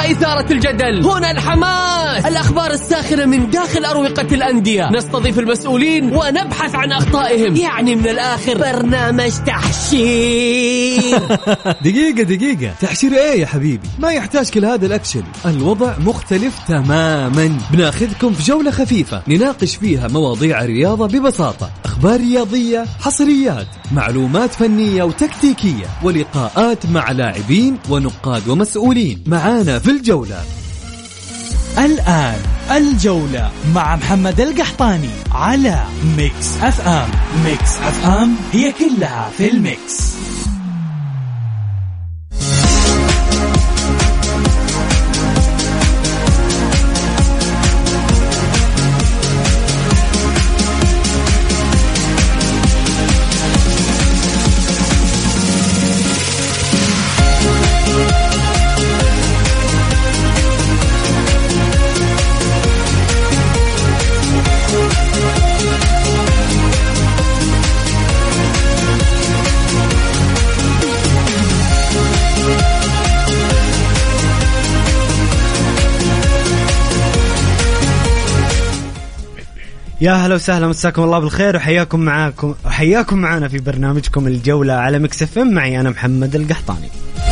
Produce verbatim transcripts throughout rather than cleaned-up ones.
هنا إثارة الجدل، هنا الحماس، الأخبار الساخنة من داخل أروقة الأندية، نستضيف المسؤولين ونبحث عن أخطائهم. يعني من الآخر برنامج تحشير. دقيقة دقيقة، تحشير إيه يا حبيبي؟ ما يحتاج كل هذا الأكشن. الوضع مختلف تماما. بناخذكم في جولة خفيفة نناقش فيها مواضيع الرياضة ببساطة، أخبار رياضية، حصريات، معلومات فنية وتكتيكية، ولقاءات مع لاعبين ونقاد ومسؤولين. معانا في الجولة. الآن الجولة مع محمد القحطاني على ميكس أف أم. ميكس أف أم هي كلها في الميكس. يا هلا وسهلا، مساكم الله بالخير وحياكم معاكم وحياكم معنا في برنامجكم الجولة على ميكس اف ام. معي أنا محمد القحطاني.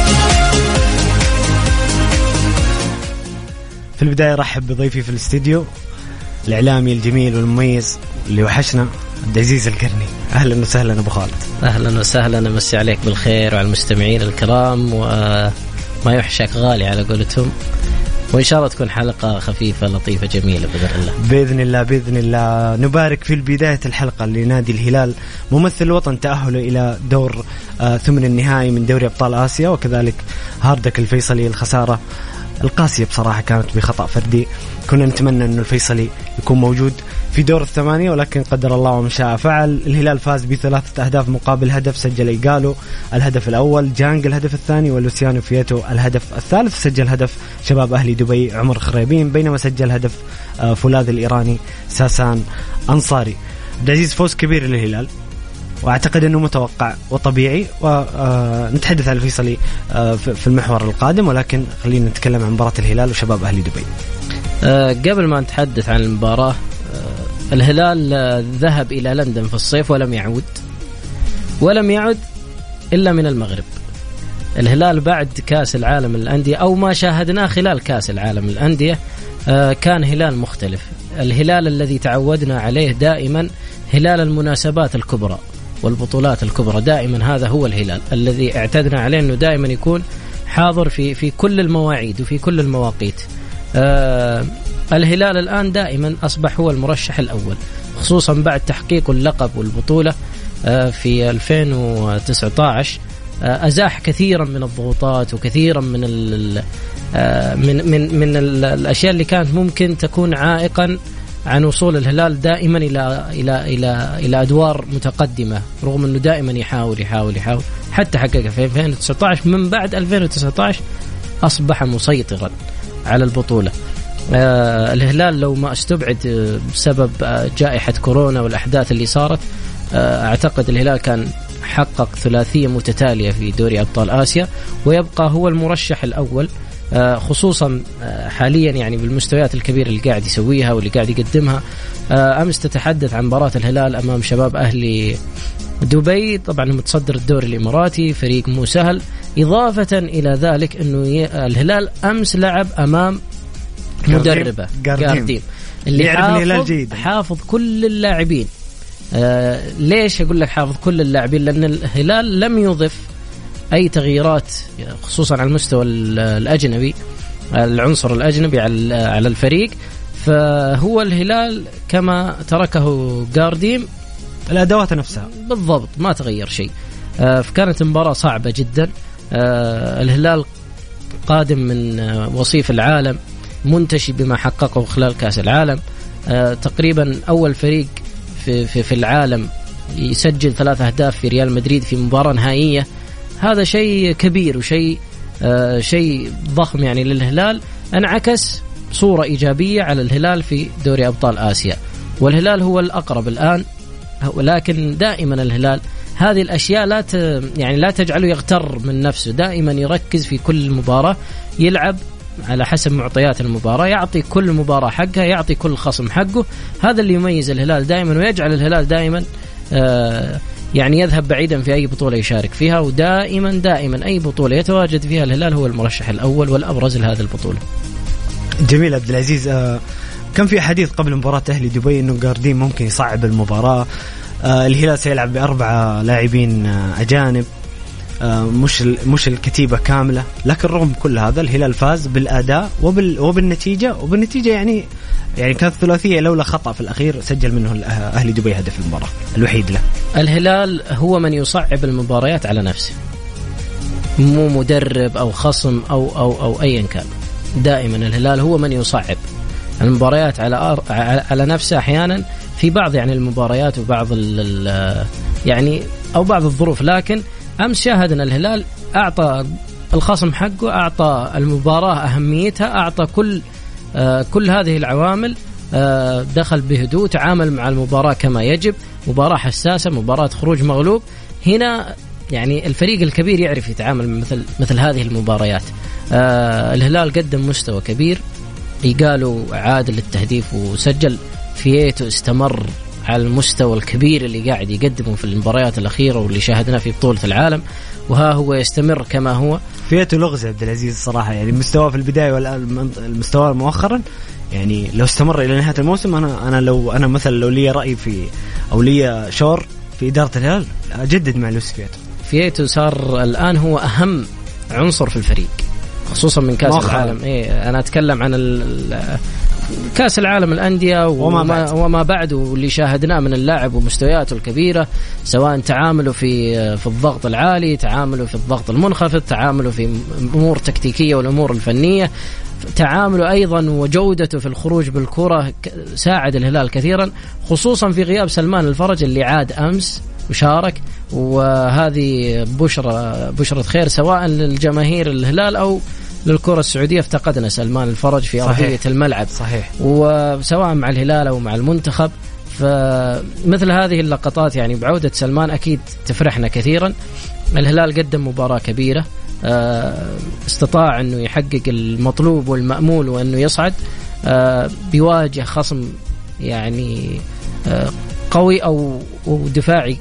في البداية رحب بضيفي في الاستديو الإعلامي الجميل والمميز اللي وحشنا، عبد العزيز القرني. أهلا وسهلا أبو خالد. أهلا وسهلا، أمسي عليك بالخير وعلى المستمعين الكرام، وما يوحشك غالي على قولتهم، وإن شاء الله تكون حلقة خفيفة لطيفة جميلة بإذن الله. بإذن الله بإذن الله. نبارك في بداية الحلقة لنادي الهلال ممثل الوطن تأهله إلى دور آه ثمن النهائي من دوري أبطال آسيا، وكذلك هاردك الفيصلي. الخسارة القاسية بصراحة كانت بخطأ فردي، كنا نتمنى أن الفيصلي يكون موجود في دور الثمانية، ولكن قدر الله وما شاء فعل. الهلال فاز بثلاثة أهداف مقابل هدف، سجل إيغالو الهدف الأول، جانج الهدف الثاني، ولوسيانو فيتو الهدف الثالث. سجل هدف شباب أهلي دبي عمر خريبين، بينما سجل هدف فولاذ الإيراني ساسان أنصاري. عزيز، فوز كبير للهلال وأعتقد أنه متوقع وطبيعي، ونتحدث عن الفيصلي في المحور القادم، ولكن خلينا نتكلم عن مباراة الهلال وشباب أهلي دبي. أه قبل ما نتحدث عن المباراة، أه الهلال أه ذهب إلى لندن في الصيف ولم يعود ولم يعد إلا من المغرب. الهلال بعد كأس العالم الأندية أو ما شاهدناه خلال كأس العالم الأندية أه كان هلال مختلف. الهلال الذي تعودنا عليه دائما، هلال المناسبات الكبرى والبطولات الكبرى، دائما هذا هو الهلال الذي اعتدنا عليه أنه دائما يكون حاضر في في كل المواعيد وفي كل المواقيت. آه الهلال الآن دائما أصبح هو المرشح الأول، خصوصا بعد تحقيق اللقب والبطولة آه في ألفين وتسعة عشر. آه أزاح كثيرا من الضغوطات وكثيرا من ال آه من من من الأشياء اللي كانت ممكن تكون عائقا عن وصول الهلال دائما إلى إلى إلى إلى أدوار متقدمة، رغم أنه دائما يحاول يحاول يحاول حتى حقق في ألفين وتسعة عشر. من بعد ألفين وتسعة عشر أصبح مسيطرا على البطولة. آه الهلال لو ما استبعد بسبب آه جائحة كورونا والأحداث اللي صارت، آه أعتقد الهلال كان حقق ثلاثية متتالية في دوري أبطال آسيا، ويبقى هو المرشح الأول، آه خصوصا آه حاليا يعني بالمستويات الكبيرة اللي قاعد يسويها واللي قاعد يقدمها. آه أمس تتحدث عن مباراة الهلال أمام شباب أهلي دبي، طبعا متصدر الدوري الإماراتي، فريق مو سهل. إضافة إلى ذلك أنه الهلال أمس لعب أمام مدربة جارديم اللي حافظ, حافظ كل اللاعبين. آه ليش أقول لك حافظ كل اللاعبين؟ لأن الهلال لم يضف أي تغييرات خصوصا على المستوى الأجنبي، العنصر الأجنبي على الفريق. فهو الهلال كما تركه جارديم، الأدوات نفسها بالضبط ما تغير شيء. آه فكانت مباراة صعبة جدا. آه الهلال قادم من آه وصيف العالم، منتشي بما حققه خلال كأس العالم. آه تقريبا أول فريق في, في, في العالم يسجل ثلاث أهداف في ريال مدريد في مباراة نهائية. هذا شيء كبير وشيء آه شيء ضخم يعني للهلال، انعكس صورة إيجابية على الهلال في دوري أبطال آسيا. والهلال هو الأقرب الآن، ولكن دائما الهلال هذه الأشياء لا ت... يعني لا تجعله يغتر من نفسه، دائما يركز في كل مباراة، يلعب على حسب معطيات المباراة، يعطي كل مباراة حقها، يعطي كل خصم حقه. هذا اللي يميز الهلال دائما ويجعل الهلال دائما آه يعني يذهب بعيدا في أي بطولة يشارك فيها، ودائما دائما أي بطولة يتواجد فيها الهلال هو المرشح الأول والأبرز لهذه البطولة. جميل عبد العزيز. آه كان في حديث قبل مباراة أهلي دبي إنه جاردين ممكن يصعب المباراة. آه الهلال سيلعب بأربعة لاعبين آه أجانب، آه مش مش الكتيبة كاملة، لكن رغم كل هذا الهلال فاز بالأداء وبال وبالنتيجة وبالنتيجة يعني يعني كانت ثلاثية لولا خطأ في الأخير سجل منه أهلي دبي هدف المباراة الوحيد له. الهلال هو من يصعب المباريات على نفسه، مو مدرب أو خصم أو أو أو أيا كان. دائما الهلال هو من يصعب المباريات على على نفسه أحيانا في بعض يعني المباريات وبعض ال يعني أو بعض الظروف. لكن أمس شاهدنا الهلال أعطى الخصم حقه، أعطى المباراة أهميتها، أعطى كل آه كل هذه العوامل، آه دخل بهدوء، تعامل مع المباراة كما يجب. مباراة حساسة، مباراة خروج مغلوب. هنا يعني الفريق الكبير يعرف يتعامل مثل مثل هذه المباريات. آه الهلال قدم مستوى كبير، قالوا عادل التهديف وسجل. فييتو استمر على المستوى الكبير اللي قاعد يقدمه في المباريات الأخيرة واللي شاهدنا في بطولة العالم، وها هو يستمر كما هو. فييتو لغز عبد العزيز الصراحة، يعني المستوى في البداية والمستوى مؤخرا يعني لو استمر إلى نهاية الموسم أنا أنا لو أنا مثلا لو لي رأي في أو لي شور في إدارة الهلال أجدد مع لويس فييتو. فييتو صار الآن هو أهم عنصر في الفريق، خصوصا من كأس مؤخرا. العالم. إيه أنا أتكلم عن كأس العالم الأندية وما بعد. وما بعد واللي شاهدناه من اللاعب ومستوياته الكبيرة، سواء تعامله في في الضغط العالي، تعامله في الضغط المنخفض، تعامله في أمور تكتيكية والأمور الفنية، تعامله أيضا وجودته في الخروج بالكرة ساعد الهلال كثيرا، خصوصا في غياب سلمان الفرج اللي عاد أمس وشارك. وهذه بشرة بشرة خير سواء للجماهير الهلال أو للكرة السعودية. افتقدنا سلمان الفرج في أرضية الملعب. صحيح. وسواء مع الهلال أو مع المنتخب، فمثل هذه اللقطات يعني بعودة سلمان أكيد تفرحنا كثيرا. الهلال قدم مباراة كبيرة، استطاع أنه يحقق المطلوب والمأمول وأنه يصعد. بيواجه خصم يعني قوي أو دفاعي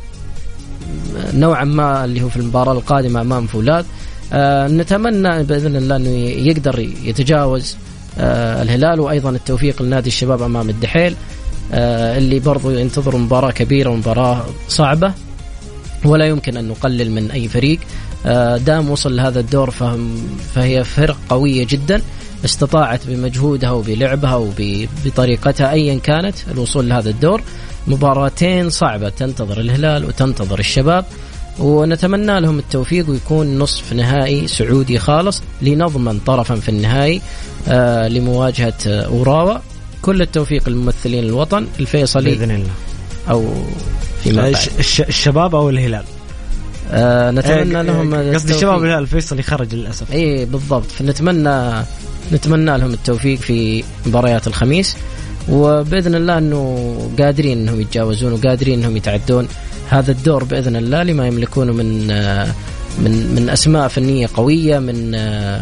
نوعا ما اللي هو في المباراة القادمة أمام فولاد. آه نتمنى بإذن الله أنه يقدر يتجاوز آه الهلال، وأيضا التوفيق لنادي الشباب أمام الدحيل آه اللي برضو ينتظر مباراة كبيرة ومباراة صعبة، ولا يمكن أن نقلل من أي فريق آه دام وصل لهذا الدور. فهي فرق قوية جدا استطاعت بمجهودها وبلعبها وبطريقتها أيا كانت الوصول لهذا الدور. مباراتين صعبة تنتظر الهلال وتنتظر الشباب، ونتمنى لهم التوفيق ويكون نصف نهائي سعودي خالص لنضمن طرفا في النهائي آه لمواجهة أوراوا. كل التوفيق للممثلين الوطن الفيصلي بإذن الله، أو في الشباب أو الهلال. آه نتمنى لهم قصدي الشباب الهلال الفيصلي خرج للأسف. إيه بالضبط. فنتمنى نتمنى لهم التوفيق في مباريات الخميس، وبإذن الله أنه قادرين أنهم يتجاوزون وقادرين أنهم يتعدون هذا الدور بإذن الله لما يملكونه من من من أسماء فنية قوية، من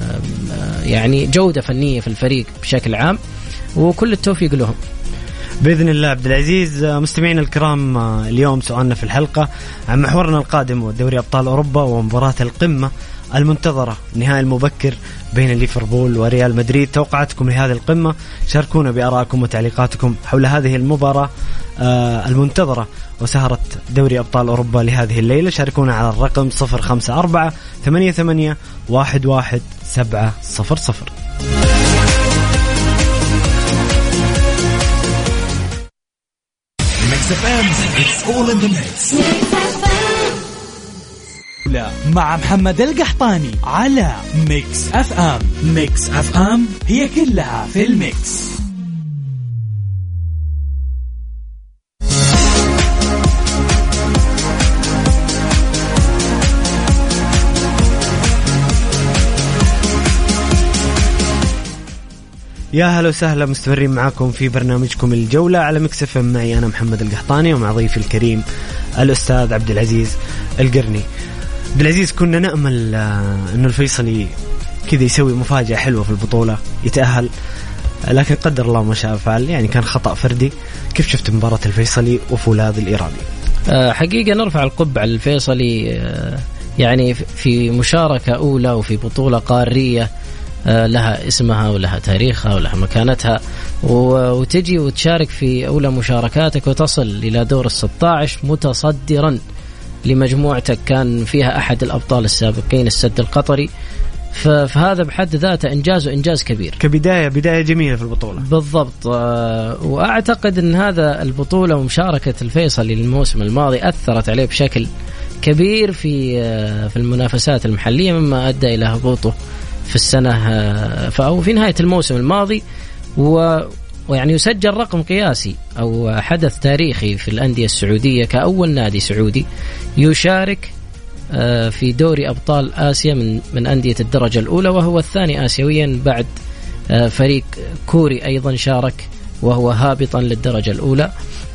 يعني جودة فنية في الفريق بشكل عام، وكل التوفيق لهم بإذن الله. عبد العزيز مستمعين الكرام، اليوم سؤالنا في الحلقة عن محورنا القادم ودوري أبطال أوروبا ومباراة القمة المنتظرة، النهائي المبكر بين ليفربول وريال مدريد. توقعاتكم لهذه القمة، شاركونا بآرائكم وتعليقاتكم حول هذه المباراة آه المنتظرة وسهرة دوري أبطال أوروبا لهذه الليلة. شاركونا على الرقم صفر خمسة أربعة ثمانية ثمانية واحد واحد سبعة صفر صفر. مع محمد القحطاني على ميكس اف ام. ميكس اف ام هي كلها في الميكس. يا هلا وسهلا، مستمرين معاكم في برنامجكم الجولة على ميكس اف ام. معي أنا محمد القحطاني ومع ضيفي الكريم الأستاذ عبد العزيز القرني. عبد العزيز، كنا نأمل أنه الفيصلي كذا يسوي مفاجأة حلوة في البطولة يتأهل، لكن قدر الله ما شاء فعل، يعني كان خطأ فردي. كيف شفت مباراة الفيصلي وفولاذ الإيراني؟ حقيقة نرفع القبعة للفيصلي، يعني في مشاركة أولى وفي بطولة قارية لها اسمها ولها تاريخها ولها مكانتها، وتجي وتشارك في أولى مشاركاتك وتصل إلى دور الستة عشر متصدرا لمجموعتك كان فيها أحد الأبطال السابقين السد القطري. فهذا بحد ذاته إنجاز وإنجاز كبير كبداية بداية جميلة في البطولة بالضبط. وأعتقد أن هذا البطولة ومشاركة الفيصلي للموسم الماضي أثرت عليه بشكل كبير في في المنافسات المحلية، مما أدى إلى هبوطه في السنة أو في نهاية الموسم الماضي. ويعني يسجل رقم قياسي أو حدث تاريخي في الأندية السعودية كأول نادي سعودي يشارك في دوري أبطال آسيا من من أندية الدرجة الأولى، وهو الثاني آسيويا بعد فريق كوري أيضا شارك وهو هابطا للدرجة الأولى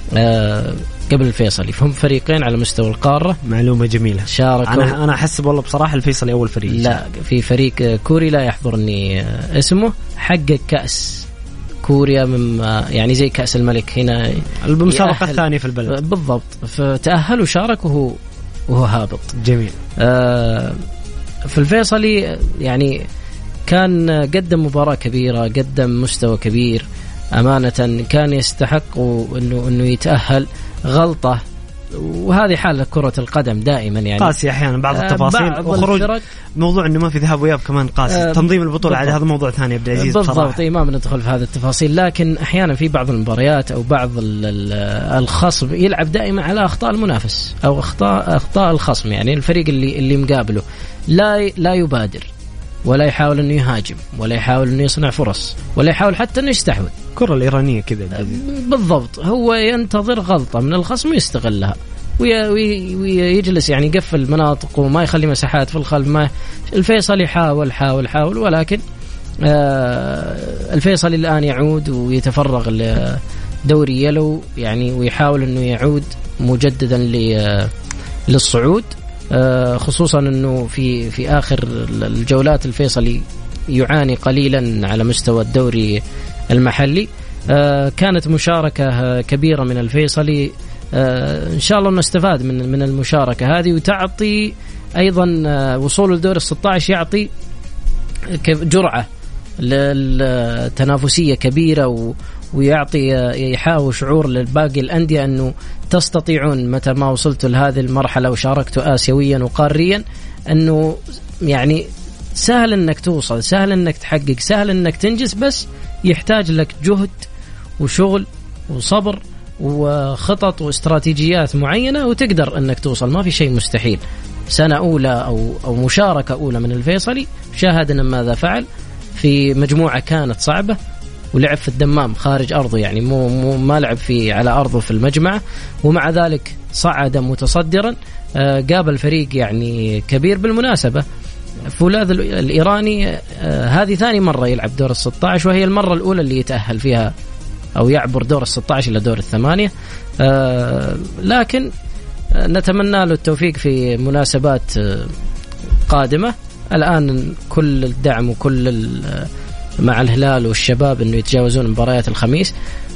قبل الفيصلي. فهم فريقين على مستوى القارة. معلومة جميلة. شاركوا. أنا أنا أحسب والله بصراحة الفيصلي أول فريق. لا، في فريق كوري لا يحضرني اسمه حقق كأس كوريا من يعني زي كأس الملك هنا، المسابقة الثانية في البلد بالضبط. فتأهل وشارك وهو وهو هابط. جميل. آه في الفيصلي يعني كان قدم مباراة كبيرة، قدم مستوى كبير أمانة، كان يستحق إنه إنه يتأهل. غلطة، وهذه حالة كرة القدم دائما يعني قاسي أحيانا بعض التفاصيل، بعض وخروج موضوع إنه ما في ذهاب وإياب كمان قاسي. آه تنظيم البطولة على هذا موضوع ثاني عبد العزيز بالضبط. ما بندخل في هذا التفاصيل، لكن أحيانا في بعض المباريات أو بعض الخصم يلعب دائما على أخطاء المنافس أو أخطاء أخطاء الخصم، يعني الفريق اللي اللي مقابله لا لا يبادر ولا يحاول إنه يهاجم ولا يحاول إنه يصنع فرص ولا يحاول حتى إنه يستحوذ. الكرة الإيرانية كذا بالضبط، هو ينتظر غلطة من الخصم ويستغلها ويجلس يعني يقفل مناطق وما يخلي مساحات في الخلف. ما الفيصل يحاول حاول حاول ولكن آه الفيصل الآن يعود ويتفرغ لدوري يلو يعني، ويحاول إنه يعود مجددا للصعود، آه خصوصا إنه في في آخر الجولات الفيصلي يعاني قليلا على مستوى الدوري المحلي. آه كانت مشاركة كبيرة من الفيصلي، آه إن شاء الله نستفاد من من المشاركة هذه، وتعطي أيضا آه وصول لدور الستة عشر يعطي جرعة للتنافسية كبيرة، ويعطي يحاول شعور للباقي الأندية أنه تستطيعون متى ما وصلتوا لهذه المرحلة وشاركتوا آسيويا وقاريا أنه يعني سهل أنك توصل، سهل أنك تحقق، سهل أنك تنجز، بس يحتاج لك جهد وشغل وصبر وخطط واستراتيجيات معينة وتقدر أنك توصل. ما في شيء مستحيل. سنة أولى أو أو مشاركة أولى من الفيصلي، شاهدنا ماذا فعل في مجموعة كانت صعبة، ولعب في الدمام خارج أرضه، يعني مو, مو ما لعب في على أرضه في المجمعة، ومع ذلك صعد متصدرا. آه قابل فريق يعني كبير. بالمناسبة فولاذ الإيراني آه هذه ثاني مرة يلعب دور الستة عشر، وهي المرة الأولى اللي يتأهل فيها أو يعبر دور الستة عشر إلى دور الثمانية. آه لكن آه نتمنى له التوفيق في مناسبات آه قادمة. الآن كل الدعم وكل مع الهلال والشباب أنه يتجاوزون مباريات الخميس،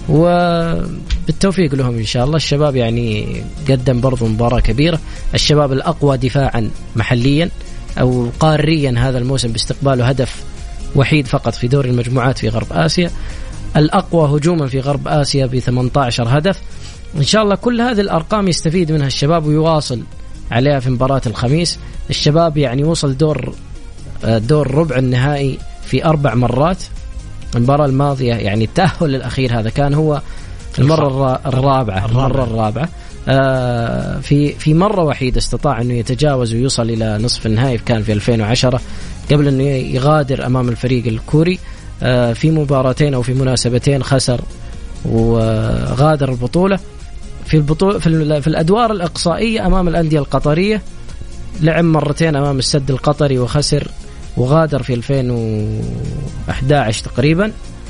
وبالتوفيق لهم إن شاء الله. الشباب يعني قدم برضو مباراة كبيرة، الشباب الأقوى دفاعا محليا أو قاريا هذا الموسم باستقباله هدف وحيد فقط في دور المجموعات في غرب آسيا، الأقوى هجوما في غرب آسيا ب ثمانية عشر هدف. إن شاء الله كل هذه الأرقام يستفيد منها الشباب ويواصل عليها في مباراة الخميس. الشباب يعني وصل دور دور ربع النهائي في أربع مرات. المباراة الماضية يعني التأهل الأخير هذا كان هو المرة الرابعة المرة الرابعة آه في في مرة وحيدة استطاع أنه يتجاوز ويوصل إلى نصف النهائي، كان في ألفين وعشرة قبل أنه يغادر أمام الفريق الكوري. آه في مباراتين أو في مناسبتين خسر وغادر البطولة. في البطولة في, في الأدوار الإقصائية أمام الأندية القطرية لعب مرتين أمام السد القطري وخسر وغادر في ألفين وأحد عشر تقريبا.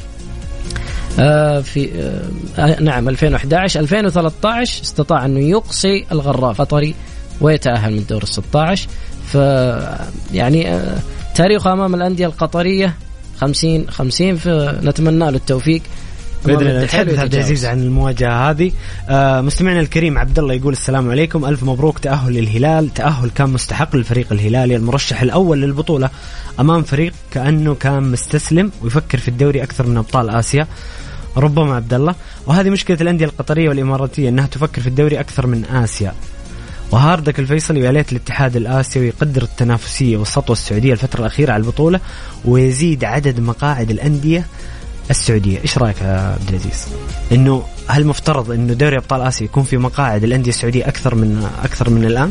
آه في آه نعم ألفين وأحد عشر ألفين وثلاثة عشر استطاع أنه يقصي الغراف القطري ويتأهل من دور الستة عشر. ف يعني آه تاريخه أمام الأندية القطرية خمسين خمسين، فنتمنى له التوفيق. بإذن الله. نتحدث عبد العزيز عن المواجهة هذه. آه مستمعنا الكريم عبد الله يقول السلام عليكم، ألف مبروك تأهل للهلال، تأهل كان مستحق للفريق الهلالي المرشح الأول للبطولة أمام فريق كأنه كان مستسلم ويفكر في الدوري أكثر من أبطال آسيا ربما عبد الله. وهذه مشكلة الأندية القطرية والإماراتية أنها تفكر في الدوري أكثر من آسيا. وهاردك الفيصلي ويا ليت الاتحاد الآسيوي يقدر التنافسية والسطوة السعودية الفترة الأخيرة على البطولة ويزيد عدد مقاعد الأندية السعودية. إيش رأيك يا عبد العزيز؟ إنه هل مفترض إنه دوري أبطال آسيا يكون في مقاعد الأندية السعودية أكثر من أكثر من الآن؟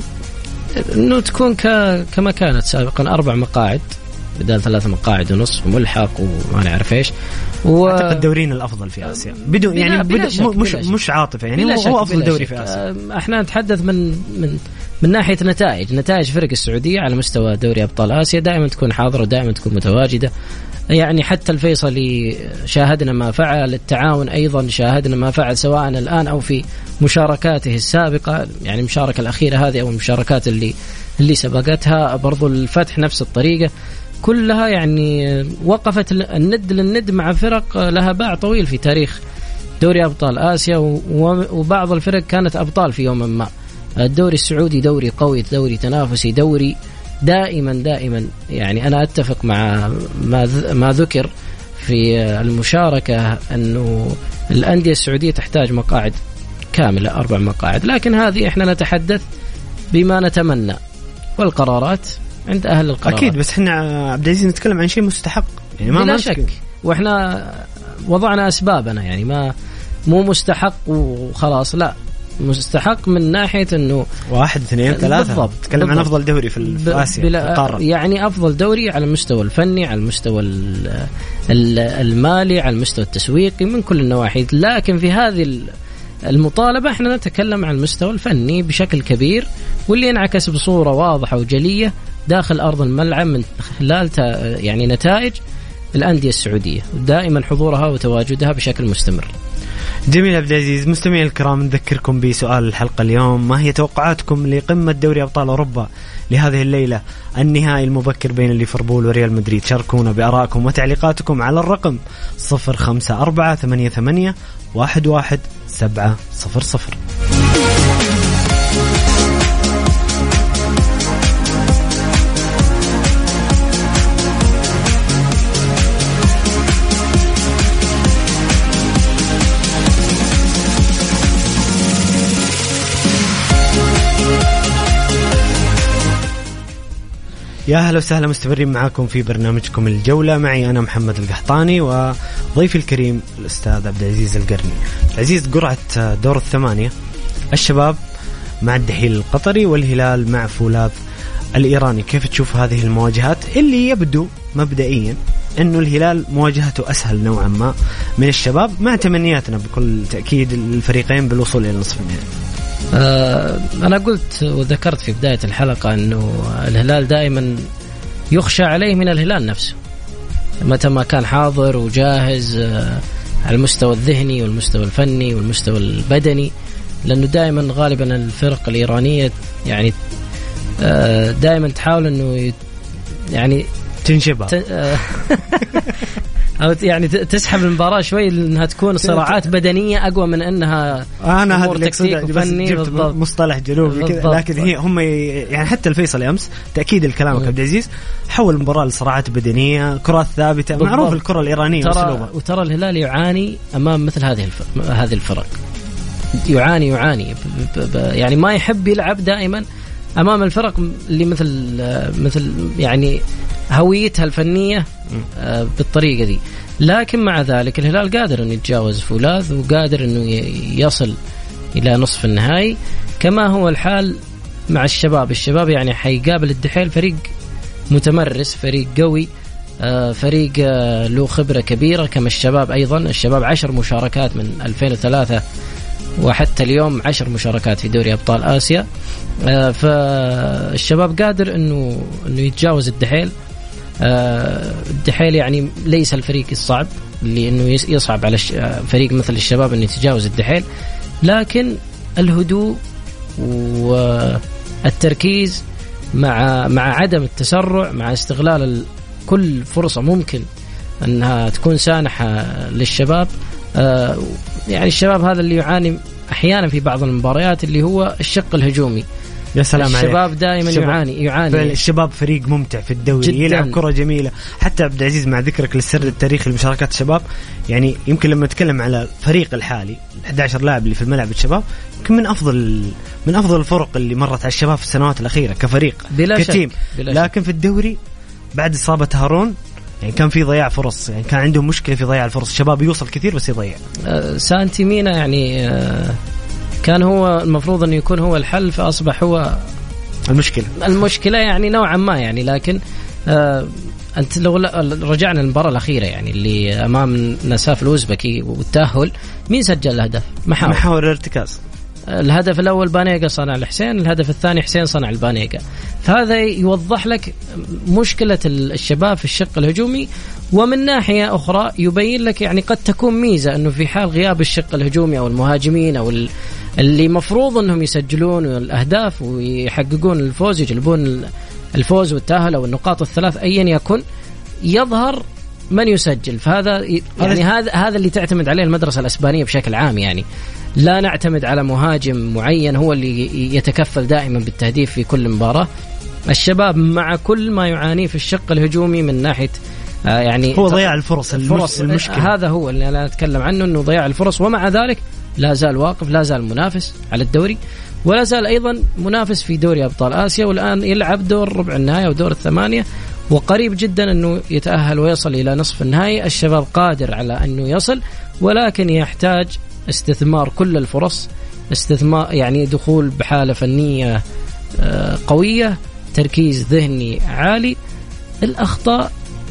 إنه تكون ك... كما كانت سابقا أربع مقاعد بدل ثلاث مقاعد ونصف وملحق وما نعرف إيش. و... أعتقد دورين الأفضل في آسيا بدون يعني بلا بدو مش مش عاطفة يعني هو, هو أفضل دوري في آسيا. إحنا نتحدث من من من ناحية نتائج نتائج فرق السعودية على مستوى دوري أبطال آسيا دائما تكون حاضرة ودائما تكون متواجدة. يعني حتى الفيصلي شاهدنا ما فعل، التعاون أيضا شاهدنا ما فعل سواء الآن أو في مشاركاته السابقة، يعني المشاركة الأخيرة هذه أو المشاركات اللي اللي سبقتها برضو الفتح نفس الطريقة كلها. يعني وقفت الند للند مع فرق لها باع طويل في تاريخ دوري أبطال آسيا، وبعض الفرق كانت أبطال في يوم ما. الدوري السعودي دوري قوي، دوري تنافسي، دوري دائما دائما يعني أنا أتفق مع ما ذكر في المشاركة أنه الأندية السعودية تحتاج مقاعد كاملة أربع مقاعد، لكن هذه إحنا نتحدث بما نتمنى والقرارات عند أهل القرارات. أكيد، بس إحنا عبد العزيز نتكلم عن شيء مستحق يعني ما بلا شك، وإحنا وضعنا أسبابنا يعني ما مو مستحق وخلاص، لا مستحق من ناحية أنه واحد اثنين ثلاثة تتكلم عن أفضل دوري في آسيا بلا يعني أفضل دوري على المستوى الفني، على المستوى المالي، على المستوى التسويقي، من كل النواحي. لكن في هذه المطالبة احنا نتكلم عن المستوى الفني بشكل كبير، واللي ينعكس بصورة واضحة وجلية داخل أرض الملعب من خلال يعني نتائج الأندية السعودية ودائما حضورها وتواجدها بشكل مستمر. جميل عبد العزيز. مستمعي الكرام نذكركم بسؤال الحلقة اليوم، ما هي توقعاتكم لقمة دوري أبطال أوروبا لهذه الليلة النهائي المبكر بين ليفربول وريال مدريد؟ شاركونا بآرائكم وتعليقاتكم على الرقم صفر خمسة أربعة ثمانية ثمانية واحد واحد سبعة صفر صفر. يا هلا وسهلا، مستمرين معاكم في برنامجكم الجولة، معي أنا محمد القحطاني وضيفي الكريم الأستاذ عبد العزيز القرني. عزيز، قرعة دور الثمانية، الشباب مع الدحيل القطري والهلال مع فولاذ الإيراني، كيف تشوف هذه المواجهات اللي يبدو مبدئيا أنه الهلال مواجهته أسهل نوعا ما من الشباب، مع تمنياتنا بكل تأكيد الفريقين بالوصول إلى نصف النهائي؟ آه أنا قلت وذكرت في بداية الحلقة أنه الهلال دائما يخشى عليه من الهلال نفسه متى ما كان حاضر وجاهز آه على المستوى الذهني والمستوى الفني والمستوى البدني، لأنه دائما غالبا الفرق الإيرانية يعني آه دائما تحاول أنه يعني تنشبه أو يعني تسحب المباراة شوي لأنها تكون صراعات بدنية أقوى من أنها أنا هذا اللي أقصده، بس جبت مصطلح جنوبي كذا، لكن هي هم يعني حتى الفيصل أمس تأكيد الكلام عبد العزيز حول المباراة لصراعات بدنية، كرات ثابتة، معروف الكرة الإيرانية ترى. وترى الهلال يعاني أمام مثل هذه هذه الفرق، يعاني يعاني ب ب يعني ما يحب يلعب دائما أمام الفرق اللي مثل مثل يعني هويتها الفنية بالطريقة دي. لكن مع ذلك الهلال قادر أن يتجاوز فولاذ وقادر أنه يصل إلى نصف النهائي، كما هو الحال مع الشباب. الشباب يعني حيقابل الدحيل، فريق متمرس، فريق قوي، فريق له خبرة كبيرة كما الشباب أيضا. الشباب عشر مشاركات من ألفين وثلاثة وحتى اليوم عشر مشاركات في دوري أبطال آسيا، فالشباب قادر أنه أنه يتجاوز الدحيل. الدحيل يعني ليس الفريق الصعب اللي أنه يصعب على فريق مثل الشباب أنه يتجاوز الدحيل، لكن الهدوء والتركيز مع مع عدم التسرع، مع استغلال كل فرصة ممكن أنها تكون سانحة للشباب. يعني الشباب هذا اللي يعاني أحيانا في بعض المباريات اللي هو الشق الهجومي. يا سلام الشباب عليك. دائما الشباب يعاني يعاني الشباب فريق ممتع في الدوري جداً. يلعب كرة جميلة. حتى عبد العزيز مع ذكرك للسرد التاريخي لمشاركات الشباب، يعني يمكن لما نتكلم على الفريق الحالي أحد عشر لاعب اللي في الملعب الشباب يمكن من أفضل من أفضل الفرق اللي مرت على الشباب في السنوات الأخيرة كفريق بلا كتيم شك. بلا لكن في الدوري بعد إصابة هارون يعني كان في ضياع فرص، يعني كان عندهم مشكلة في ضياع الفرص. الشباب يوصل كثير بس يضيع. أه سانتي مينا يعني أه كان هو المفروض أن يكون هو الحل، فأصبح هو المشكلة المشكلة يعني نوعا ما يعني. لكن آه أنت لو رجعنا المباراة الأخيرة يعني اللي أمام نساف الأوزبكي والتأهل، مين سجل الهدف؟ محاور محاور الارتكاز. الهدف الأول بانيجا صنع الحسين، الهدف الثاني حسين صنع البانيجا. فهذا يوضح لك مشكلة الشباب في الشق الهجومي. ومن ناحية أخرى يبين لك يعني قد تكون ميزة أنه في حال غياب الشق الهجومي أو المهاجمين أو اللي مفروض أنهم يسجلون الأهداف ويحققون الفوز، يجلبون الفوز والتأهل أو النقاط الثلاث أيا يكن، يظهر من يسجل. فهذا يعني هذا هذا اللي تعتمد عليه المدرسة الإسبانية بشكل عام. يعني لا نعتمد على مهاجم معين هو اللي يتكفل دائما بالتهديف في كل مباراة. الشباب مع كل ما يعانيه في الشق الهجومي من ناحية آه يعني هو ضياع الفرص. الفرص المشكلة هذا هو اللي أنا أتكلم عنه، أنه ضياع الفرص. ومع ذلك لا زال واقف، لا زال منافس على الدوري، ولا زال أيضا منافس في دوري أبطال آسيا، والآن يلعب دور ربع النهاية ودور الثمانية، وقريب جدا أنه يتأهل ويصل إلى نصف النهائي. الشباب قادر على أنه يصل، ولكن يحتاج استثمار كل الفرص، استثمار يعني دخول بحالة فنية قوية، تركيز ذهني عالي. الأخطاء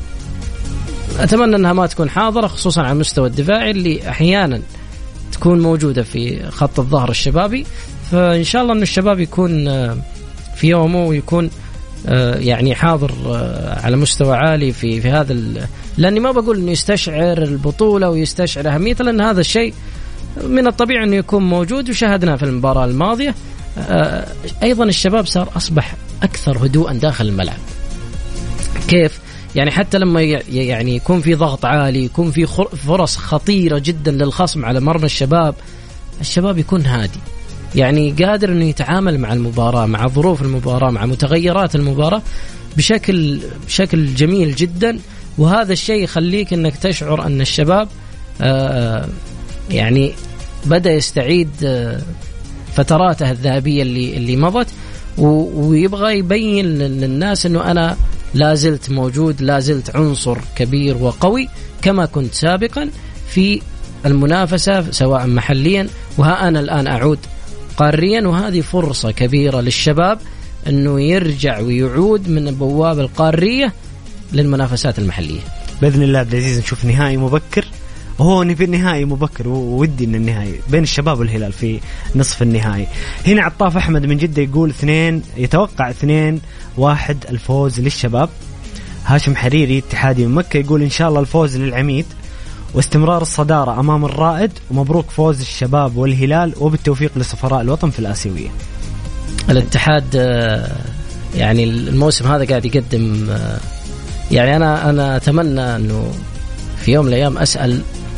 أتمنى أنها ما تكون حاضرة، خصوصا على المستوى الدفاعي اللي أحيانا تكون موجودة في خط الظهر الشبابي. فإن شاء الله أن الشباب يكون في يومه ويكون يعني حاضر على مستوى عالي في في هذا، لأني ما بقول إنه يستشعر البطولة ويستشعر أهميتها، لأن هذا الشيء من الطبيعي إنه يكون موجود، وشاهدنا في المباراة الماضية. أيضا الشباب صار أصبح أكثر هدوءا داخل الملعب. كيف؟ يعني حتى لما يعني يكون في ضغط عالي، يكون في فرص خطيرة جدا للخصم على مرمى الشباب، الشباب يكون هادي، يعني قادر إنه يتعامل مع المباراة، مع ظروف المباراة، مع متغيرات المباراة بشكل بشكل جميل جدا. وهذا الشيء يخليك إنك تشعر أن الشباب آه يعني بدأ يستعيد آه فتراته الذهبية اللي اللي مضت، ويبغى يبين للناس إنه أنا لا زلت موجود، لا زلت عنصر كبير وقوي كما كنت سابقا في المنافسة سواء محليا، وها أنا الآن أعود قاريا. وهذه فرصة كبيرة للشباب أنه يرجع ويعود من البوابة القارية للمنافسات المحلية. بإذن الله عبد العزيز نشوف نهائي مبكر، وهو في النهائي مبكر، وودي أن النهائي بين الشباب والهلال في نصف النهائي. هنا عطاف أحمد من جدة يقول اثنين، يتوقع اثنين واحد الفوز للشباب. هاشم حريري اتحادي من مكة يقول إن شاء الله الفوز للعميد واستمرار الصدارة أمام الرائد، ومبروك فوز الشباب والهلال، وبالتوفيق لسفراء الوطن في الآسيوية. الاتحاد يعني الموسم هذا قاعد يقدم، يعني أنا أنا أتمنى أنه في يوم من الأيام أسأل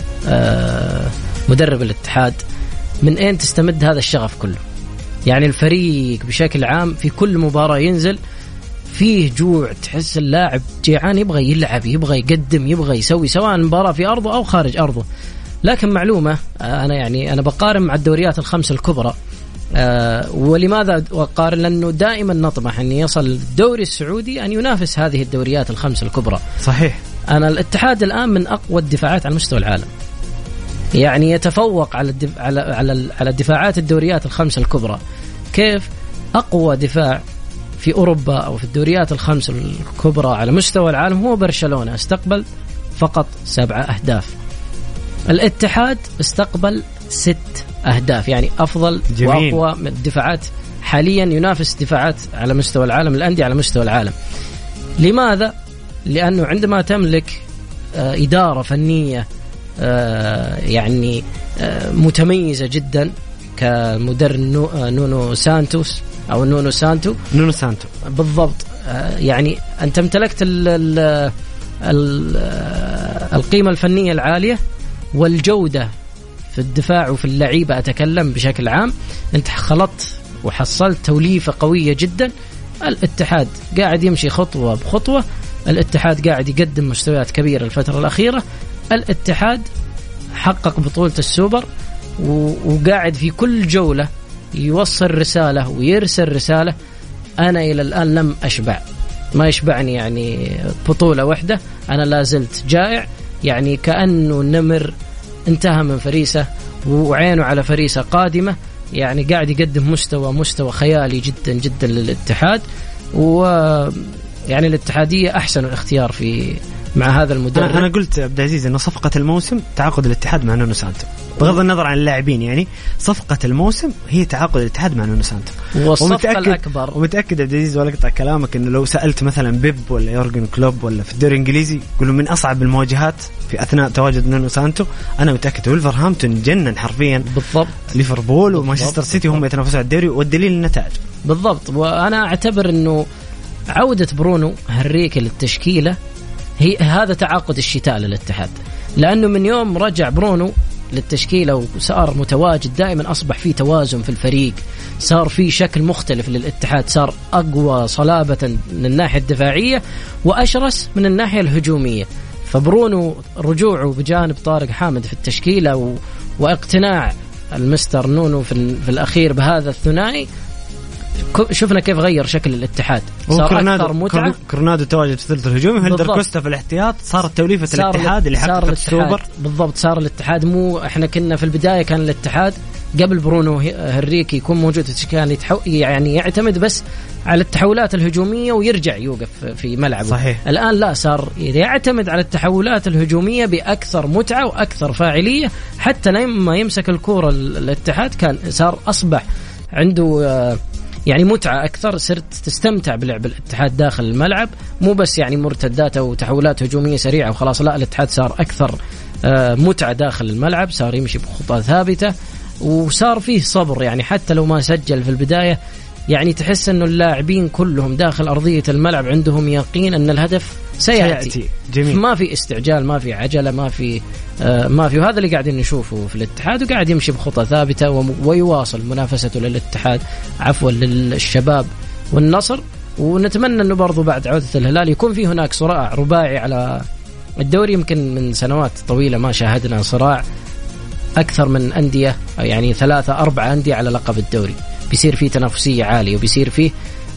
مدرب الاتحاد من أين تستمد هذا الشغف كله. يعني الفريق بشكل عام في كل مباراة ينزل فيه جوع، تحس اللاعب جيعان يبغى يلعب، يبغى يقدم، يبغى يسوي، سواء مباراة في أرضه أو خارج أرضه. لكن معلومة أنا يعني أنا بقارن مع الدوريات الخمس الكبرى. أه ولماذا أقارن؟ لأنه دائما نطمح أن يصل الدوري السعودي أن ينافس هذه الدوريات الخمس الكبرى. صحيح. أنا الاتحاد الآن من أقوى الدفاعات على مستوى العالم، يعني يتفوق على الدف... على على على الدفاعات الدوريات الخمس الكبرى. كيف؟ أقوى دفاع في أوروبا أو في الدوريات الخمس الكبرى على مستوى العالم هو برشلونة، استقبل فقط سبعة أهداف. الاتحاد استقبل ست أهداف، يعني أفضل جميل. وأقوى من الدفاعات حاليا، ينافس دفاعات على مستوى العالم، الأندية على مستوى العالم. لماذا؟ لأنه عندما تملك إدارة فنية يعني متميزة جدا كمدرب نونو سانتوس أو نونو سانتو نونو سانتو بالضبط، يعني أنت امتلكت القيمة الفنية العالية والجودة في الدفاع وفي اللعيبة، أتكلم بشكل عام. أنت خلطت وحصلت توليفة قوية جدا. الاتحاد قاعد يمشي خطوة بخطوة، الاتحاد قاعد يقدم مستويات كبيرة الفترة الأخيرة، الاتحاد حقق بطولة السوبر وقاعد في كل جولة يوصل رسالة ويرسل رسالة. أنا إلى الآن لم أشبع، ما يشبعني يعني بطولة واحدة، أنا لازلت جائع. يعني كأنه نمر انتهى من فريسة وعينه على فريسة قادمة، يعني قاعد يقدم مستوى مستوى خيالي جدا جدا للاتحاد. ويعني الاتحادية أحسن الاختيار في مع هذا المدرب. أنا قلت عبد العزيز إنه صفقة الموسم تعاقد الاتحاد مع نونو سانتو، بغض النظر عن اللاعبين. يعني صفقة الموسم هي تعاقد الاتحاد مع نونو سانتو. والصفقة الأكبر، ومتأكد عبد العزيز ولا قطع كلامك إنه لو سألت مثلا بيب ولا يورجن كلوب ولا في الدوري الإنجليزي يقولوا من أصعب المواجهات في أثناء تواجد نونو سانتو، أنا متأكد ولفرهامبتون جنن حرفيا بالضبط ليفربول ومانشستر سيتي هم يتنافسوا على الدوري، والدليل النتائج بالضبط. وأنا أعتبر إنه عودة برونو هنريكي للتشكيلة هي هذا تعاقد الشتاء للاتحاد، لأنه من يوم رجع برونو للتشكيلة وصار متواجد دائما أصبح في توازن في الفريق، صار في شكل مختلف للاتحاد، صار أقوى صلابة من الناحية الدفاعية وأشرس من الناحية الهجومية. فبرونو رجوعه بجانب طارق حامد في التشكيلة و... واقتناع المستر نونو في, في الأخير بهذا الثنائي، شفنا كيف غير شكل الاتحاد، صار أكثر متعة. كورنادو تواجد في ثلث الهجوم، هندر كوستا في الاحتياط، صارت توليفة صار الاتحاد اللي حقق السوبر. بالضبط، صار الاتحاد مو احنا كنا في البداية كان الاتحاد قبل برونو هنريكي يكون موجود كان يتحو يعني يعتمد بس على التحولات الهجومية ويرجع يوقف في ملعبه. صحيح. الآن لا، صار يعتمد على التحولات الهجومية بأكثر متعة وأكثر فاعلية، حتى لما يمسك الكرة الاتحاد كان صار أصبح عنده يعني متعة أكثر، صرت تستمتع بلعب الاتحاد داخل الملعب، مو بس يعني مرتدات أو تحولات هجومية سريعة وخلاص، لا الاتحاد صار أكثر متعة داخل الملعب، صار يمشي بخطى ثابتة وصار فيه صبر. يعني حتى لو ما سجل في البداية يعني تحس أنه اللاعبين كلهم داخل أرضية الملعب عندهم يقين أن الهدف سيأتي, سيأتي. جميل. ما في استعجال، ما في عجلة، ما في آه ما في، وهذا اللي قاعدين نشوفه في الاتحاد، وقاعد يمشي بخطى ثابتة ويواصل منافسته للاتحاد عفوا للشباب والنصر. ونتمنى أنه برضو بعد عودة الهلال يكون في هناك صراع رباعي على الدوري. يمكن من سنوات طويلة ما شاهدنا صراع أكثر من أندية، يعني ثلاثة أربعة أندية على لقب الدوري، بيصير فيه تنافسية عالية وبيصير فيه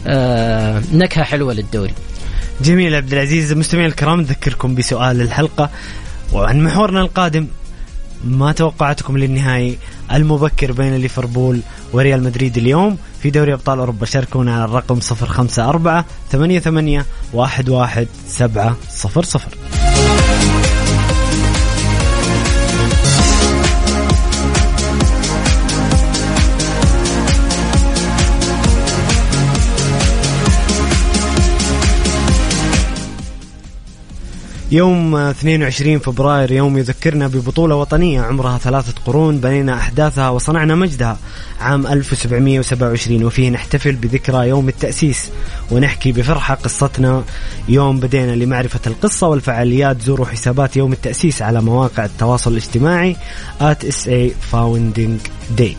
آه نكهة حلوة للدوري. جميل عبد العزيز. مستمعين الكرام نذكركم بسؤال الحلقة وعن محورنا القادم، ما توقعاتكم للنهائي المبكر بين ليفربول وريال مدريد اليوم في دوري أبطال أوروبا؟ شاركونا على الرقم صفر خمسة أربعة ثمانية ثمانية واحد واحد سبعة صفر صفر. يوم اثنين وعشرين فبراير يوم يذكرنا ببطولة وطنية عمرها ثلاثة قرون بنينا أحداثها وصنعنا مجدها عام ألف وسبعمائة وسبعة وعشرين، وفيه نحتفل بذكرى يوم التأسيس ونحكي بفرحة قصتنا يوم بدينا. لمعرفة القصة والفعاليات زوروا حسابات يوم التأسيس على مواقع التواصل الاجتماعي آت إس إيه فاوندينج داي.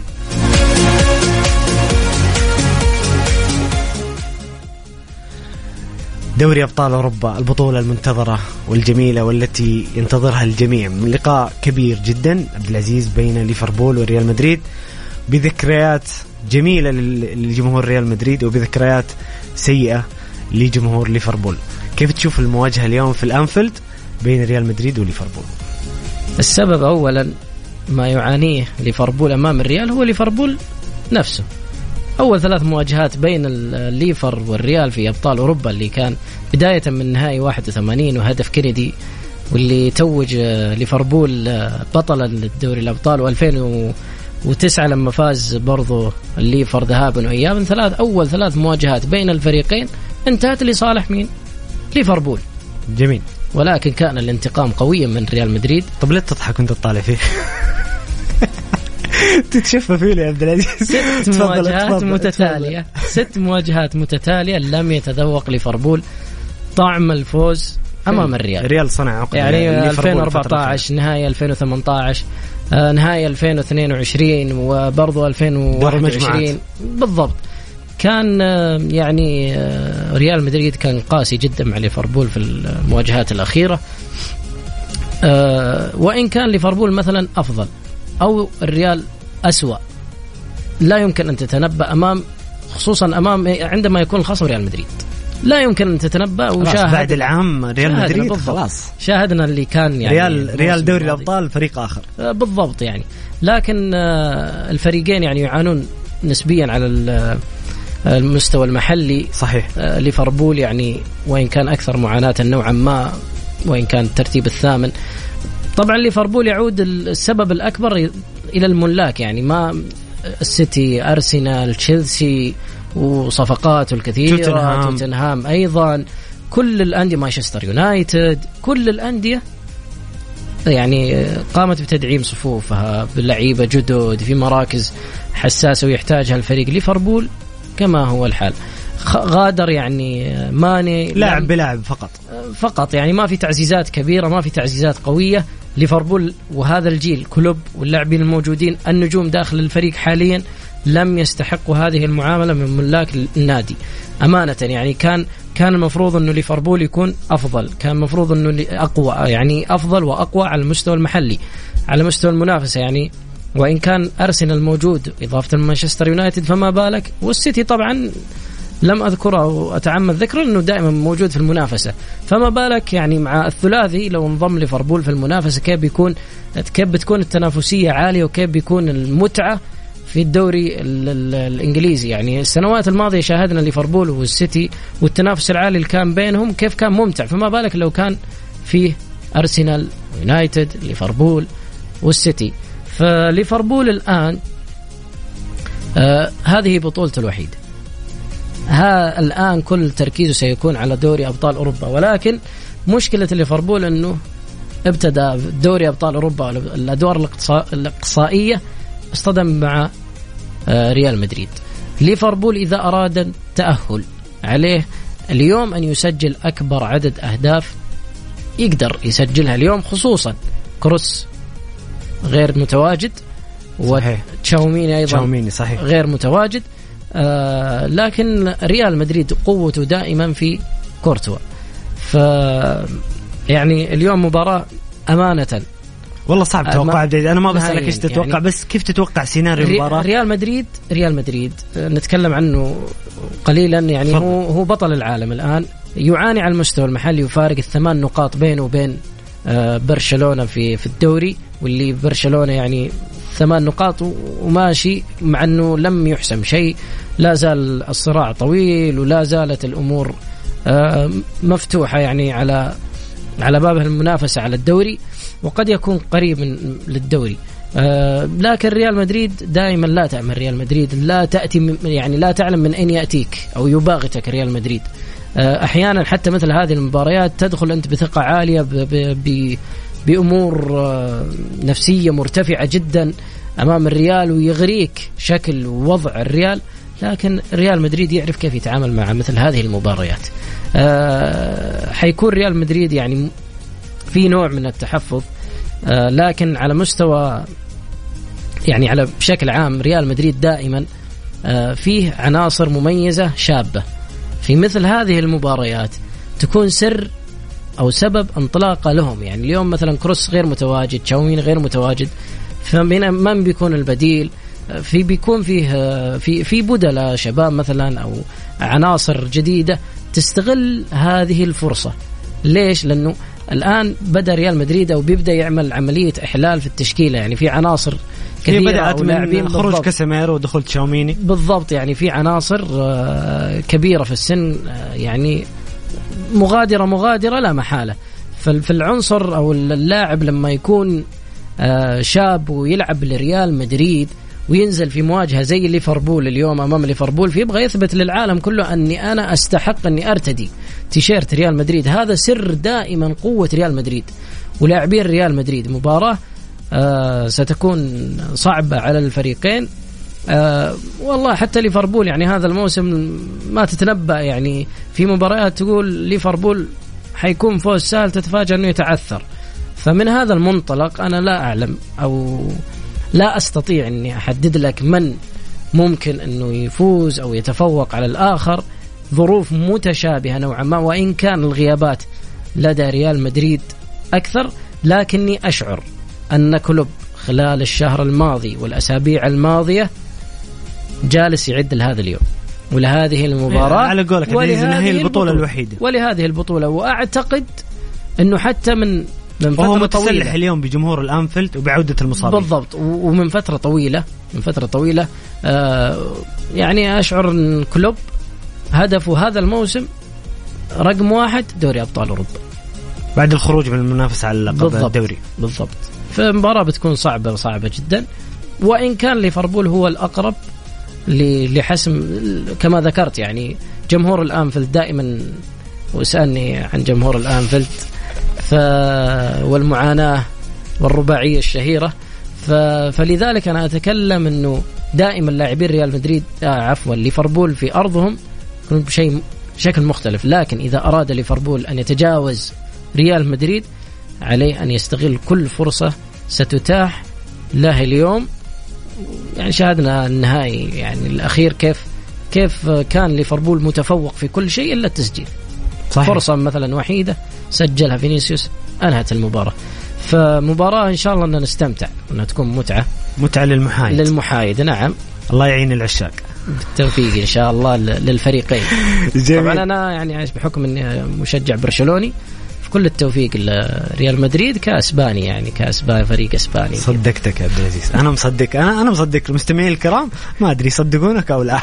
دوري أبطال أوروبا، البطولة المنتظرة والجميلة والتي ينتظرها الجميع، من لقاء كبير جدا عبد العزيز بين ليفربول وريال مدريد، بذكريات جميلة لجمهور ريال مدريد وبذكريات سيئة لجمهور ليفربول. كيف تشوف المواجهة اليوم في الأنفيلد بين ريال مدريد وليفربول؟ السبب أولا ما يعانيه ليفربول أمام الريال هو ليفربول نفسه. أول ثلاث مواجهات بين الليفر والريال في أبطال أوروبا اللي كان بداية من نهائي واحد وثمانين وهدف كينيدي، واللي توج ليفربول بطلا للدوري الأبطال، وألفين وتسعة لما فاز برضو الليفر ذهابا وإيابا. ثلاث أول ثلاث مواجهات بين الفريقين انتهت لصالح مين؟ ليفربول. جميل. ولكن كان الانتقام قويا من ريال مدريد. طب ليه تضحك وانت تطالع فيه؟ تتشفى فيه يا عبد العزيز. ست مواجهات متتالية ست مواجهات متتالية لم يتذوق ليفربول طعم الفوز أمام الريال. الريال صنع عقد يعني ألفين وأربعة عشر نهاية ألفين وثمانية عشر آه نهاية ألفين واثنين وعشرين وبرضو ألفين وواحد وعشرين بالضبط. كان آه يعني آه ريال مدريد كان قاسي جدا مع ليفربول في المواجهات الأخيرة. آه وإن كان ليفربول مثلا أفضل أو الريال أسوأ، لا يمكن أن تتنبأ أمام، خصوصا أمام عندما يكون الخصم ريال مدريد، لا يمكن أن تتنبأ. وشاهد بعد العام ريال مدريد خلاص شاهدنا اللي كان يعني ريال ريال دوري الأبطال فريق آخر بالضبط يعني. لكن الفريقين يعني يعانون نسبيا على المستوى المحلي. صحيح. ليفربول يعني وإن كان أكثر معاناة نوعا ما، وإن كان الترتيب الثامن. طبعا ليفربول يعود السبب الأكبر إلى الملاك، يعني ما السيتي، أرسنال، تشيلسي وصفقات الكثيرة، توتنهام. توتنهام أيضا، كل الأندية، مانشستر يونايتد، كل الأندية يعني قامت بتدعيم صفوفها باللعيبة جدد في مراكز حساسة ويحتاجها الفريق. ليفربول كما هو الحال، غادر يعني ماني لاعب بلاعب فقط فقط يعني ما في تعزيزات كبيرة، ما في تعزيزات قوية. ليفربول وهذا الجيل كلوب واللاعبين الموجودين النجوم داخل الفريق حاليا لم يستحقوا هذه المعاملة من ملاك النادي أمانة. يعني كان كان المفروض أنه ليفربول يكون أفضل، كان المفروض أنه أقوى، يعني أفضل وأقوى على المستوى المحلي، على مستوى المنافسة يعني. وإن كان أرسنال موجود إضافة مانشستر يونايتد فما بالك، والسيتي طبعا لم أذكره وأتعمد ذكره أنه دائما موجود في المنافسة، فما بالك يعني مع الثلاثي لو انضم ليفربول في المنافسة كيف بيكون، كيف بتكون التنافسية عالية وكيف بيكون المتعة في الدوري الإنجليزي. يعني السنوات الماضية شاهدنا ليفربول والسيتي والتنافس العالي اللي كان بينهم كيف كان ممتع، فما بالك لو كان فيه أرسنال، يونايتد، ليفربول والسيتي. فليفربول الآن آه هذه بطولته الوحيدة، ها الآن كل تركيزه سيكون على دوري أبطال أوروبا. ولكن مشكلة ليفربول أنه ابتدأ دوري أبطال أوروبا الأدوار الإقصائية اصطدم مع ريال مدريد. ليفربول إذا أراد التأهل عليه اليوم أن يسجل أكبر عدد أهداف يقدر يسجلها اليوم، خصوصا كروس غير متواجد، وتشاوميني أيضا تشاوميني صحيح غير متواجد. آه لكن ريال مدريد قوته دائما في كورتوا. ف يعني اليوم مباراة أمانة والله صعب توقع. أنا ما بسألك إيش تتوقع يعني، بس كيف تتوقع سيناريو المباراة؟ ريال مدريد ريال مدريد نتكلم عنه قليلا يعني فضل. هو هو بطل العالم الآن، يعاني على المستوى المحلي وفارق الثمان نقاط بينه وبين آه برشلونة في في الدوري، واللي برشلونة يعني ثمان نقاط وماشي، مع أنه لم يحسم شيء، لا زال الصراع طويل ولا زالت الأمور مفتوحة يعني على على باب المنافسة على الدوري، وقد يكون قريب من للدوري. لكن ريال مدريد دائما لا تأمن، ريال مدريد لا تأتي يعني لا تعلم من أين يأتيك أو يباغتك ريال مدريد. أحيانا حتى مثل هذه المباريات تدخل أنت بثقة عالية ب ب بأمور نفسية مرتفعة جدا أمام الريال ويغريك شكل ووضع الريال، لكن ريال مدريد يعرف كيف يتعامل مع مثل هذه المباريات. أه حيكون ريال مدريد يعني في نوع من التحفظ، أه لكن على مستوى يعني على بشكل عام ريال مدريد دائما أه فيه عناصر مميزة شابة في مثل هذه المباريات تكون سر أو سبب انطلاقه لهم. يعني اليوم مثلا كروس غير متواجد، تشاومين غير متواجد، فمن بيكون البديل؟ في بيكون فيه في في بدلاء شباب مثلا أو عناصر جديدة تستغل هذه الفرصة. ليش؟ لأنه الآن بدأ ريال مدريد أو بيبدأ يعمل عملية إحلال في التشكيلة، يعني في عناصر كثيرة بدأت من خروج كاسيميرو ودخول تشاوميني بالضبط، يعني في عناصر كبيرة في السن يعني مغادرة مغادرة لا محالة. في العنصر أو اللاعب لما يكون شاب ويلعب لريال مدريد وينزل في مواجهة زي ليفربول اليوم أمام ليفربول، فيبغى يثبت للعالم كله أني أنا أستحق أني أرتدي تيشيرت ريال مدريد. هذا سر دائما قوة ريال مدريد ولاعبين ريال مدريد. مباراة آه ستكون صعبة على الفريقين. آه والله حتى ليفربول يعني هذا الموسم ما تتنبأ، يعني في مباريات تقول ليفربول حيكون فوز سهل تتفاجأ أنه يتعثر. فمن هذا المنطلق أنا لا أعلم أو لا أستطيع أني أحدد لك من ممكن أنه يفوز أو يتفوق على الآخر. ظروف متشابهة نوعا ما، وإن كان الغيابات لدى ريال مدريد أكثر، لكني أشعر أن كلوب خلال الشهر الماضي والأسابيع الماضية جالس يعد لهذا اليوم ولهذه المباراة على قولك إنها هي البطولة الوحيدة ولهذه البطولة. وأعتقد أنه حتى من من فترة متسلح طويلة اليوم بجمهور الأنفيلد وبعودة المصابين بالضبط، ومن فترة طويلة من فترة طويلة آه يعني أشعر أن كلوب هدفه هذا الموسم رقم واحد دوري أبطال أوروبا بعد الخروج من المنافسة على اللقب الدوري. بالضبط. فمباراة بتكون صعبة صعبة جدا، وإن كان ليفربول هو الأقرب لحسم كما ذكرت. يعني جمهور الأنفيلد دائما، وسألني عن جمهور الأنفيلد ف... والمعاناة والرباعية الشهيرة، ف... فلذلك أنا أتكلم أنه دائما لاعبين ريال مدريد آه عفوا ليفربول في أرضهم يكون بشيء شكل مختلف. لكن إذا أراد ليفربول أن يتجاوز ريال مدريد عليه أن يستغل كل فرصة ستتاح له اليوم. يعني شاهدنا النهائي يعني الأخير كيف كيف كان ليفربول متفوق في كل شيء إلا التسجيل. صحيح. فرصة مثلا وحيدة سجلها فينيسيوس أنهت المباراة. فمباراة إن شاء الله أن نستمتع وأنها تكون متعة متعة للمحايد للمحايد نعم. الله يعين العشاق بالتوفيق إن شاء الله للفريقين. طبعا أنا يعني بحكم أني مشجع برشلوني كل التوفيق لريال مدريد كأسباني، يعني كأسباني فريق أسباني. صدقتك يا عبد العزيز، أنا مصدق أنا أنا مصدق المستمعين الكرام ما أدري صدقونك أو لا.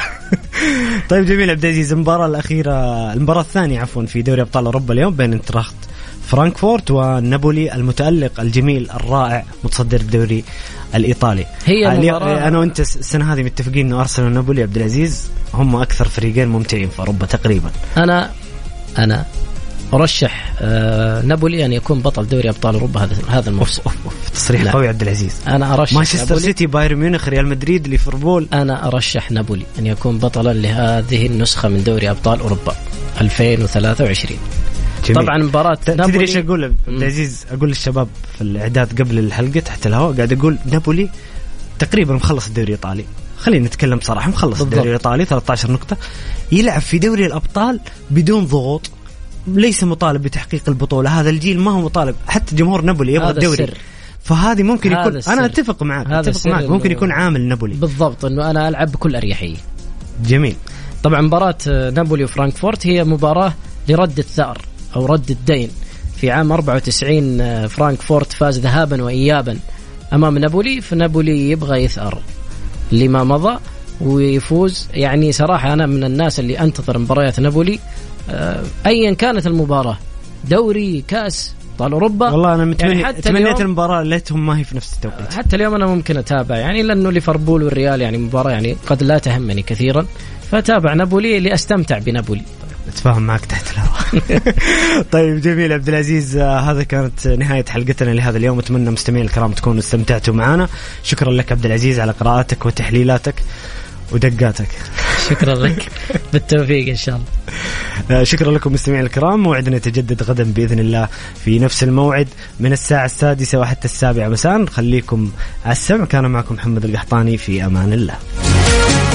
طيب جميل عبد العزيز، المباراة الأخيرة المباراة الثانية عفوا في دوري أبطال أوروبا اليوم بين انتراخت فرانكفورت ونابولي المتألق الجميل الرائع متصدر الدوري الإيطالي. هي مباراة أنا وأنت السنة هذه متفقين إنه أرسنال ونابولي عبد العزيز هم أكثر فريقين ممتعين في أوروبا تقريبا. أنا أنا أرشح آه نابولي أن يكون بطل دوري أبطال أوروبا هذا هذا الموسم. تصريح لا. قوي عبد العزيز. أنا أرشح مانشستر سيتي، بايرن ميونخ، ريال مدريد، ليفربول. أنا أرشح نابولي أن يكون بطلا لهذه النسخة من دوري أبطال أوروبا ألفين وثلاثة وعشرين. جميل. طبعا مباراة تدري ايش اقول عبد العزيز؟ اقول للشباب في الاعداد قبل الحلقة تحت الهواء قاعد اقول نابولي تقريبا مخلص الدوري الإيطالي. خلينا نتكلم بصراحة، مخلص الدوري الإيطالي ثلاثة عشر نقطة، يلعب في دوري الأبطال بدون ضغوط، ليس مطالب بتحقيق البطولة. هذا الجيل ما هو مطالب، حتى جمهور نابولي يبغى الدوري. السر. فهذه ممكن يكون السر. أنا أتفق معك أتفق معك ممكن يكون عامل نابولي بالضبط، إنه أنا ألعب بكل أريحية. جميل. طبعا مباراة نابولي وفرانكفورت هي مباراة لرد الثأر أو رد الدين. في عام أربعة وتسعين فرانكفورت فاز ذهابا وإيابا أمام نابولي، فنابولي يبغى يثأر لما مضى ويفوز. يعني صراحة أنا من الناس اللي أنتظر مباريات نابولي أيا كانت المباراة، دوري كاس طال أوروبا. والله أنا متمنى يعني تمنيت المباراة ليتهم ما هي في نفس التوقيت. حتى اليوم أنا ممكن أتابع يعني، لأنه ليفربول والريال يعني مباراة يعني قد لا تهمني كثيرا، فتابع نابولي لأستمتع بنابولي. اتفاهم معك تحت الهواء. طيب جميل عبد العزيز، آه هذا كانت نهاية حلقتنا لهذا اليوم. أتمنى مستمعين الكرام تكونوا استمتعتوا معنا. شكرا لك عبد العزيز على قراءتك وتحليلاتك ودقاتك. شكرا لك، بالتوفيق إن شاء الله. آه شكرا لكم مستمعين الكرام، موعدنا يتجدد غدا بإذن الله في نفس الموعد من الساعة السادسة وحتى السابعة مساء. خليكم على السمع، كان معكم محمد القحطاني، في أمان الله.